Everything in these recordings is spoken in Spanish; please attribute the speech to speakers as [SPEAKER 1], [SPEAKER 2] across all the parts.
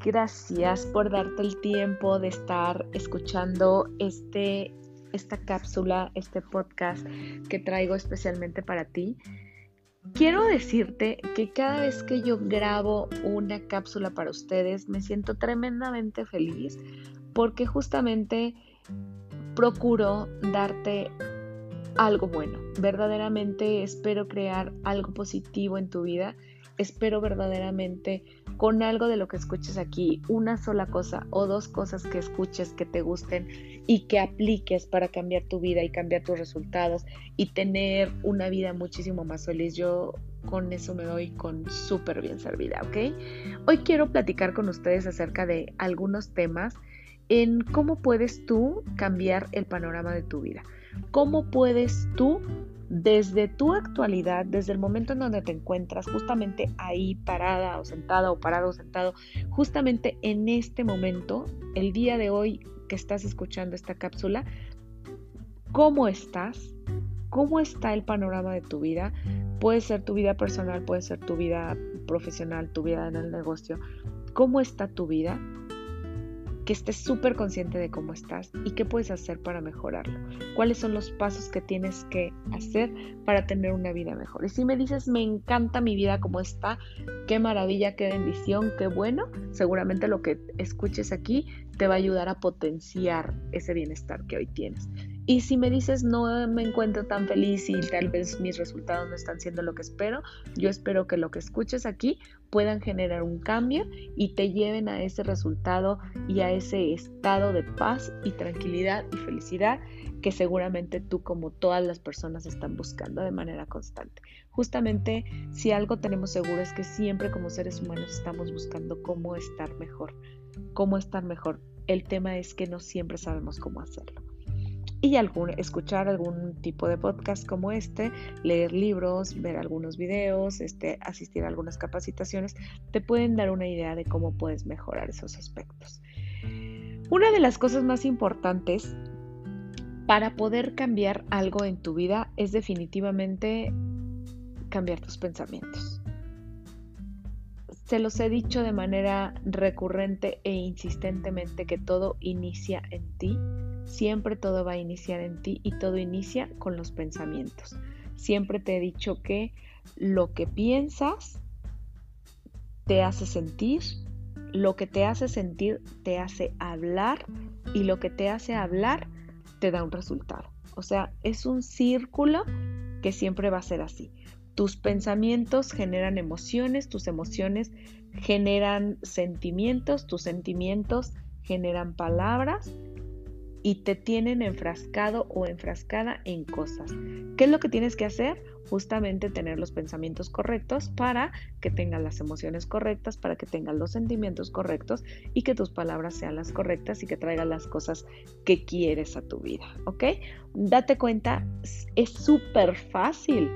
[SPEAKER 1] Gracias por darte el tiempo de estar escuchando esta cápsula, este podcast que traigo especialmente para ti. Quiero decirte que cada vez que yo grabo una cápsula para ustedes me siento tremendamente feliz porque justamente procuro darte algo bueno. Verdaderamente espero crear algo positivo en tu vida. Espero verdaderamente con algo de lo que escuches aquí, una sola cosa o dos cosas que escuches que te gusten y que apliques para cambiar tu vida y cambiar tus resultados y tener una vida muchísimo más feliz. Yo con eso me doy con súper bien servida, ¿ok? Hoy quiero platicar con ustedes acerca de algunos temas en cómo puedes tú cambiar el panorama de tu vida. ¿Cómo puedes tú, desde tu actualidad, desde el momento en donde te encuentras, justamente ahí parada o sentada o parado o sentado, justamente en este momento, el día de hoy que estás escuchando esta cápsula, cómo estás? ¿Cómo está el panorama de tu vida? Puede ser tu vida personal, puede ser tu vida profesional, tu vida en el negocio. ¿Cómo está tu vida? Que estés súper consciente de cómo estás y qué puedes hacer para mejorarlo. ¿Cuáles son los pasos que tienes que hacer para tener una vida mejor? Y si me dices, me encanta mi vida como está, qué maravilla, qué bendición, qué bueno, seguramente lo que escuches aquí te va a ayudar a potenciar ese bienestar que hoy tienes. Y si me dices, no me encuentro tan feliz y tal vez mis resultados no están siendo lo que espero, yo espero que lo que escuches aquí puedan generar un cambio y te lleven a ese resultado y a ese estado de paz y tranquilidad y felicidad que seguramente tú, como todas las personas, están buscando de manera constante. Justamente, si algo tenemos seguro es que siempre como seres humanos estamos buscando cómo estar mejor. Cómo estar mejor. El tema es que no siempre sabemos cómo hacerlo. Y escuchar algún tipo de podcast como este, leer libros, ver algunos videos, asistir a algunas capacitaciones, te pueden dar una idea de cómo puedes mejorar esos aspectos. Una de las cosas más importantes para poder cambiar algo en tu vida es definitivamente cambiar tus pensamientos. Se los he dicho de manera recurrente e insistentemente que todo inicia en ti. Siempre todo va a iniciar en ti y todo inicia con los pensamientos. Siempre te he dicho que lo que piensas te hace sentir, lo que te hace sentir te hace hablar y lo que te hace hablar te da un resultado. O sea, es un círculo que siempre va a ser así. Tus pensamientos generan emociones, tus emociones generan sentimientos, tus sentimientos generan palabras y te tienen enfrascado o enfrascada en cosas. ¿Qué es lo que tienes que hacer? Justamente tener los pensamientos correctos para que tengas las emociones correctas, para que tengas los sentimientos correctos y que tus palabras sean las correctas y que traigan las cosas que quieres a tu vida, ¿ok? Date cuenta, es súper fácil.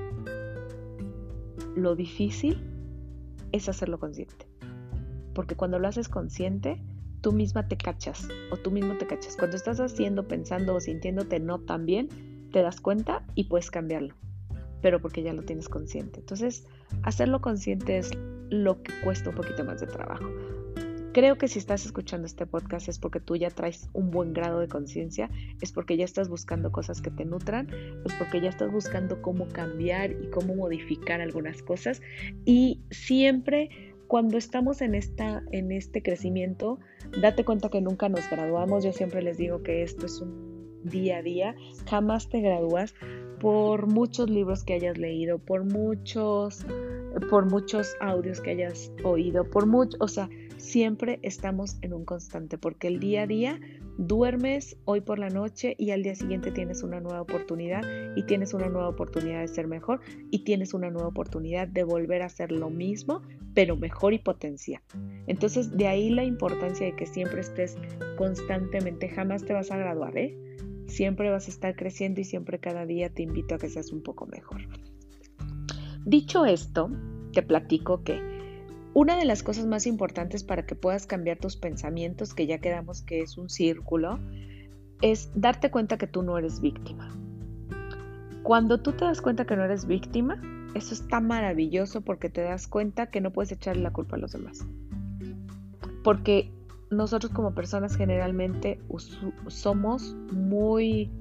[SPEAKER 1] Lo difícil es hacerlo consciente. Porque cuando lo haces consciente, tú misma te cachas o tú mismo te cachas. Cuando estás haciendo, pensando o sintiéndote no tan bien, te das cuenta y puedes cambiarlo, pero porque ya lo tienes consciente. Entonces, hacerlo consciente es lo que cuesta un poquito más de trabajo. Creo que si estás escuchando este podcast es porque tú ya traes un buen grado de conciencia, es porque ya estás buscando cosas que te nutran, es porque ya estás buscando cómo cambiar y cómo modificar algunas cosas. Y siempre cuando estamos en este crecimiento, date cuenta que nunca nos graduamos. Yo siempre les digo que esto es un día a día. Jamás te gradúas por muchos libros que hayas leído, por muchos audios que hayas oído, o sea, siempre estamos en un constante, porque el día a día duermes hoy por la noche y al día siguiente tienes una nueva oportunidad y tienes una nueva oportunidad de ser mejor y tienes una nueva oportunidad de volver a hacer lo mismo, pero mejor y potencia. Entonces, de ahí la importancia de que siempre estés constantemente, jamás te vas a graduar, Siempre vas a estar creciendo y siempre cada día te invito a que seas un poco mejor. Dicho esto, te platico que una de las cosas más importantes para que puedas cambiar tus pensamientos, que ya quedamos que es un círculo, es darte cuenta que tú no eres víctima. Cuando tú te das cuenta que no eres víctima, eso está maravilloso porque te das cuenta que no puedes echarle la culpa a los demás. porque nosotros como personas generalmente somos muy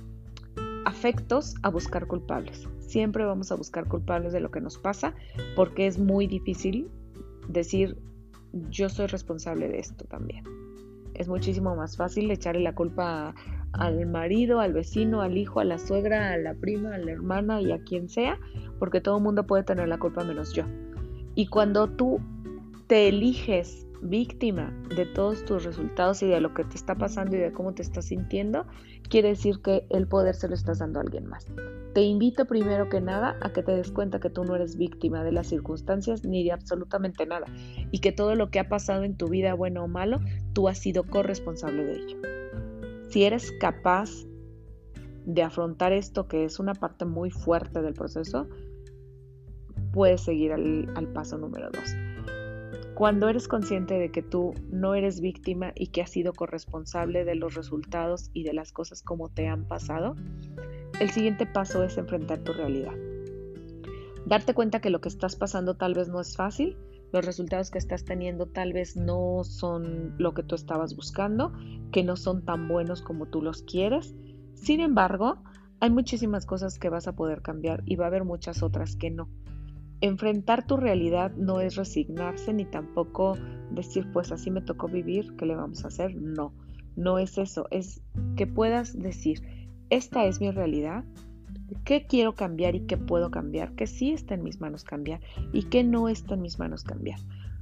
[SPEAKER 1] afectos a buscar culpables. Siempre vamos a buscar culpables de lo que nos pasa porque es muy difícil decir yo soy responsable de esto también. Es muchísimo más fácil echarle la culpa al marido, al vecino, al hijo, a la suegra, a la prima, a la hermana y a quien sea, porque todo el mundo puede tener la culpa menos yo. Y cuando tú te eliges víctima de todos tus resultados y de lo que te está pasando y de cómo te estás sintiendo, quiere decir que el poder se lo estás dando a alguien más. Te invito primero que nada a que te des cuenta que tú no eres víctima de las circunstancias ni de absolutamente nada y que todo lo que ha pasado en tu vida, bueno o malo, tú has sido corresponsable de ello. Si eres capaz de afrontar esto, que es una parte muy fuerte del proceso, puedes seguir al paso número 2. Cuando eres consciente de que tú no eres víctima y que has sido corresponsable de los resultados y de las cosas como te han pasado, el siguiente paso es enfrentar tu realidad. Darte cuenta que lo que estás pasando tal vez no es fácil, los resultados que estás teniendo tal vez no son lo que tú estabas buscando, que no son tan buenos como tú los quieres. Sin embargo, hay muchísimas cosas que vas a poder cambiar y va a haber muchas otras que no. Enfrentar tu realidad no es resignarse ni tampoco decir pues así me tocó vivir, ¿qué le vamos a hacer? No, no es eso, es que puedas decir esta es mi realidad, qué quiero cambiar y qué puedo cambiar, qué sí está en mis manos cambiar y qué no está en mis manos cambiar.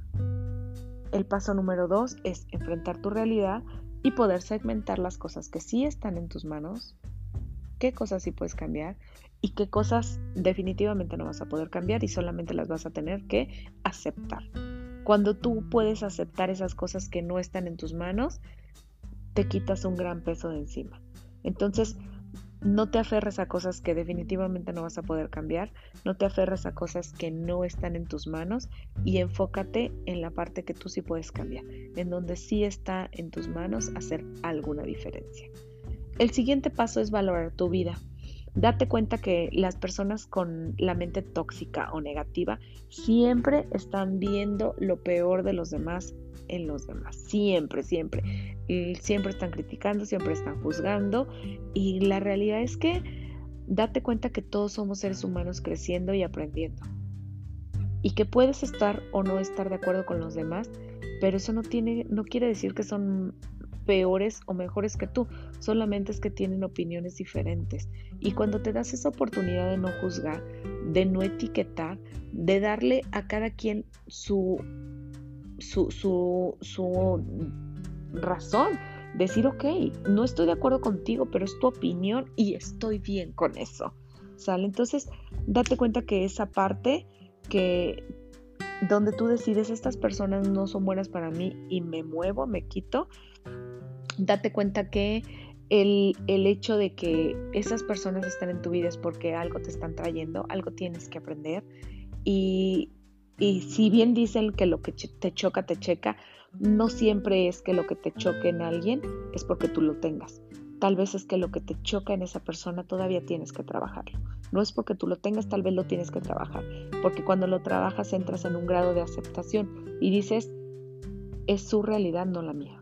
[SPEAKER 1] El paso número 2 es enfrentar tu realidad y poder segmentar las cosas que sí están en tus manos, qué cosas sí puedes cambiar y qué cosas definitivamente no vas a poder cambiar y solamente las vas a tener que aceptar. Cuando tú puedes aceptar esas cosas que no están en tus manos, te quitas un gran peso de encima. Entonces, no te aferres a cosas que definitivamente no vas a poder cambiar, no te aferres a cosas que no están en tus manos y enfócate en la parte que tú sí puedes cambiar, en donde sí está en tus manos hacer alguna diferencia. El siguiente paso es valorar tu vida. Date cuenta que las personas con la mente tóxica o negativa siempre están viendo lo peor de los demás en los demás. Siempre. Y siempre están criticando, siempre están juzgando. Y la realidad es que date cuenta que todos somos seres humanos creciendo y aprendiendo. Y que puedes estar o no estar de acuerdo con los demás, pero eso no quiere decir que son peores o mejores que tú, solamente es que tienen opiniones diferentes. Y cuando te das esa oportunidad de no juzgar, de no etiquetar, de darle a cada quien su razón, decir ok, no estoy de acuerdo contigo, pero es tu opinión y estoy bien con eso, ¿sale? Entonces, date cuenta que esa parte que donde tú decides estas personas no son buenas para mí y me muevo, me quito, date cuenta que el hecho de que esas personas están en tu vida es porque algo te están trayendo, algo tienes que aprender y si bien dicen que lo que te choca te checa, no siempre es que lo que te choque en alguien es porque tú lo tengas. Tal vez es que lo que te choca en esa persona todavía tienes que trabajarlo. No es porque tú lo tengas, tal vez lo tienes que trabajar. Porque cuando lo trabajas entras en un grado de aceptación y dices, es su realidad, no la mía.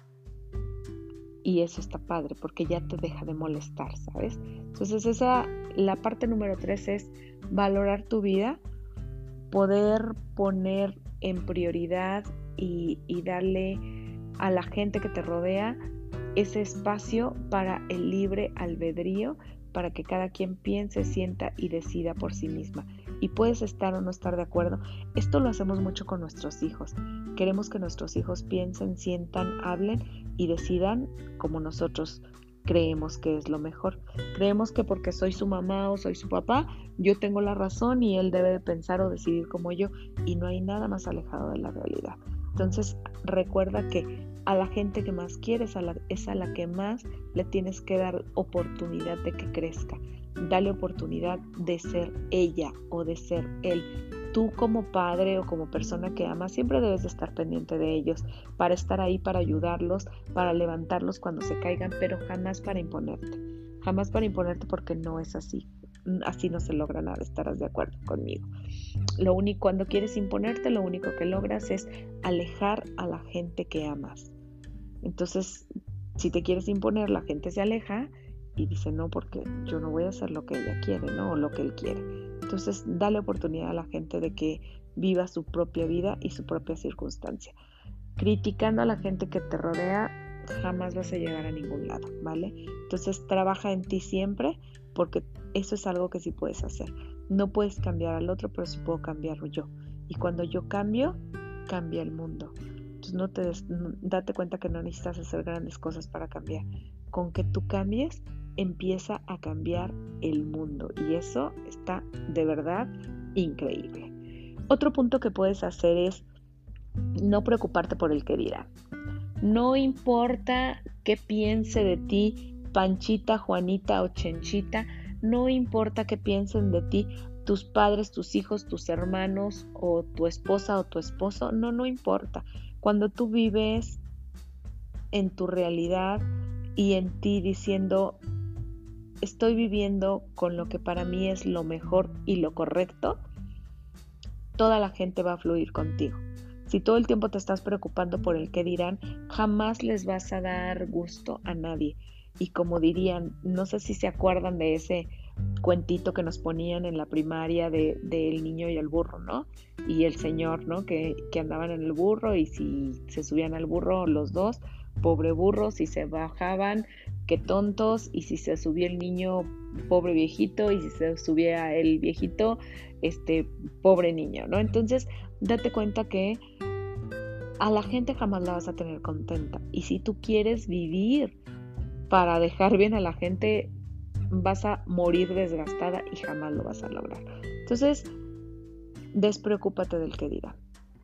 [SPEAKER 1] Y eso está padre porque ya te deja de molestar, ¿sabes? Entonces la parte número 3 es valorar tu vida, poder poner en prioridad y darle a la gente que te rodea ese espacio para el libre albedrío, para que cada quien piense, sienta y decida por sí misma. Y puedes estar o no estar de acuerdo. Esto lo hacemos mucho con nuestros hijos. Queremos que nuestros hijos piensen, sientan, hablen y decidan como nosotros creemos que es lo mejor. Creemos que porque soy su mamá o soy su papá, yo tengo la razón y él debe de pensar o decidir como yo. Y no hay nada más alejado de la realidad. Entonces recuerda que a la gente que más quieres es a la que más le tienes que dar oportunidad de que crezca. Dale oportunidad de ser ella o de ser él. Tú como padre o como persona que amas siempre debes de estar pendiente de ellos, para estar ahí, para ayudarlos, para levantarlos cuando se caigan, pero jamás para imponerte. Jamás para imponerte porque no es así. así no se logra nada, estarás de acuerdo conmigo. Cuando quieres imponerte, lo único que logras es alejar a la gente que amas. Entonces, si te quieres imponer, la gente se aleja y dice, no, porque yo no voy a hacer lo que ella quiere, ¿no? O lo que él quiere. Entonces, dale oportunidad a la gente de que viva su propia vida y su propia circunstancia. Criticando a la gente que te rodea, jamás vas a llegar a ningún lado, ¿vale? Entonces, trabaja en ti siempre, porque eso es algo que sí puedes hacer. No puedes cambiar al otro, pero sí puedo cambiar yo. Y cuando yo cambio, cambia el mundo. Entonces, date cuenta que no necesitas hacer grandes cosas para cambiar. Con que tú cambies, empieza a cambiar el mundo. Y eso está de verdad increíble. Otro punto que puedes hacer es no preocuparte por el que dirán. No importa qué piense de ti Panchita, Juanita o Chenchita, no importa qué piensen de ti tus padres, tus hijos, tus hermanos o tu esposa o tu esposo, no importa. Cuando tú vives en tu realidad y en ti diciendo, estoy viviendo con lo que para mí es lo mejor y lo correcto, toda la gente va a fluir contigo. Si todo el tiempo te estás preocupando por el qué dirán, jamás les vas a dar gusto a nadie. Y como dirían, no sé si se acuerdan de ese cuentito que nos ponían en la primaria del niño y el burro, ¿no? Y el señor, ¿no? Que andaban en el burro y si se subían al burro los dos, pobre burro, si se bajaban, qué tontos, y si se subía el niño, pobre viejito, y si se subía el viejito, pobre niño, ¿no? Entonces, date cuenta que a la gente jamás la vas a tener contenta. Y si tú quieres vivir para dejar bien a la gente, vas a morir desgastada y jamás lo vas a lograr. Entonces, despreocúpate del que dirá.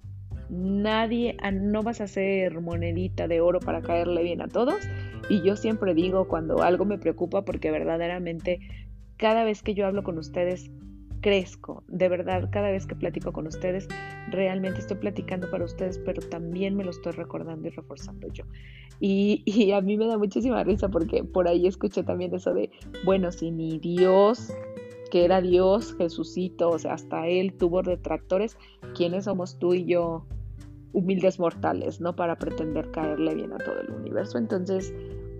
[SPEAKER 1] No vas a hacer monedita de oro para caerle bien a todos. Y yo siempre digo cuando algo me preocupa, porque verdaderamente cada vez que yo hablo con ustedes crezco, de verdad, cada vez que platico con ustedes, realmente estoy platicando para ustedes, pero también me lo estoy recordando y reforzando yo. Y a mí me da muchísima risa porque por ahí escuché también eso de, bueno, si ni Dios, que era Dios, Jesucito, o sea, hasta él tuvo detractores, ¿quiénes somos tú y yo, humildes mortales, no para pretender caerle bien a todo el universo? Entonces,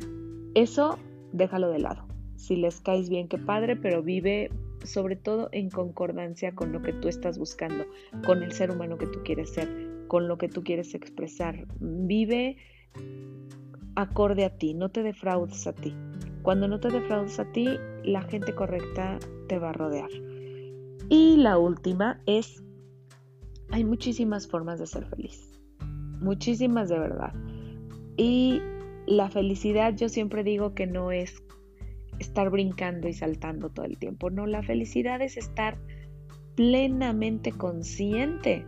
[SPEAKER 1] eso déjalo de lado. Si les caes bien, qué padre, pero vive sobre todo en concordancia con lo que tú estás buscando, con el ser humano que tú quieres ser, con lo que tú quieres expresar. Vive acorde a ti, no te defraudes a ti. Cuando no te defraudes a ti, la gente correcta te va a rodear. Y la última es, hay muchísimas formas de ser feliz, muchísimas de verdad. Y la felicidad, yo siempre digo que no es estar brincando y saltando todo el tiempo. No, la felicidad es estar plenamente consciente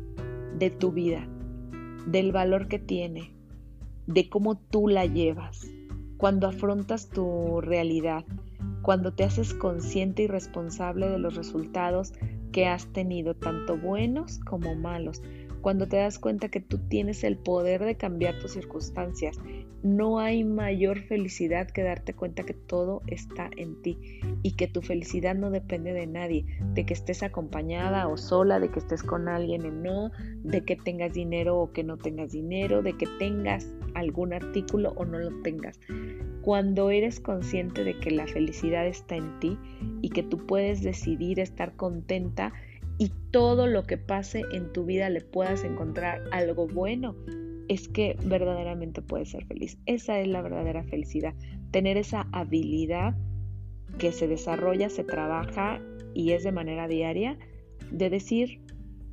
[SPEAKER 1] de tu vida, del valor que tiene, de cómo tú la llevas. Cuando afrontas tu realidad, cuando te haces consciente y responsable de los resultados que has tenido, tanto buenos como malos, cuando te das cuenta que tú tienes el poder de cambiar tus circunstancias, no hay mayor felicidad que darte cuenta que todo está en ti y que tu felicidad no depende de nadie, de que estés acompañada o sola, de que estés con alguien o no, de que tengas dinero o que no tengas dinero, de que tengas algún artículo o no lo tengas. Cuando eres consciente de que la felicidad está en ti y que tú puedes decidir estar contenta y todo lo que pase en tu vida le puedas encontrar algo bueno, es que verdaderamente puedes ser feliz. Esa es la verdadera felicidad, tener esa habilidad que se desarrolla, se trabaja y es de manera diaria, de decir,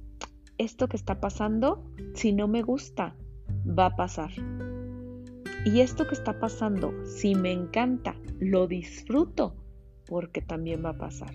[SPEAKER 1] esto que está pasando, si no me gusta, va a pasar. Y esto que está pasando, si me encanta, lo disfruto, porque también va a pasar.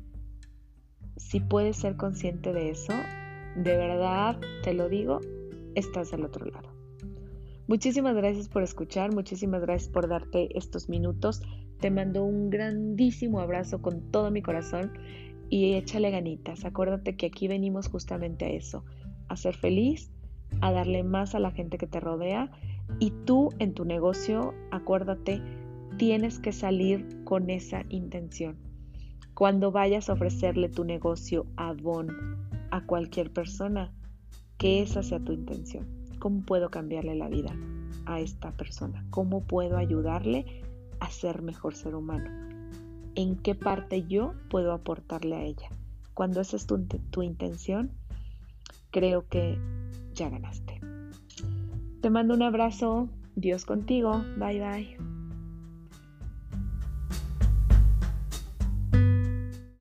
[SPEAKER 1] Si puedes ser consciente de eso, de verdad, te lo digo, estás del otro lado. Muchísimas gracias por escuchar, muchísimas gracias por darte estos minutos. Te mando un grandísimo abrazo con todo mi corazón y échale ganitas. Acuérdate que aquí venimos justamente a eso, a ser feliz, a darle más a la gente que te rodea. Y tú en tu negocio, acuérdate, tienes que salir con esa intención, Cuando vayas a ofrecerle tu negocio a cualquier persona, que esa sea tu intención. ¿Cómo puedo cambiarle la vida a esta persona? ¿Cómo puedo ayudarle a ser mejor ser humano? ¿En qué parte yo puedo aportarle a ella? Cuando esa es tu intención, creo que ya ganaste. Te mando un abrazo. Dios contigo. Bye bye.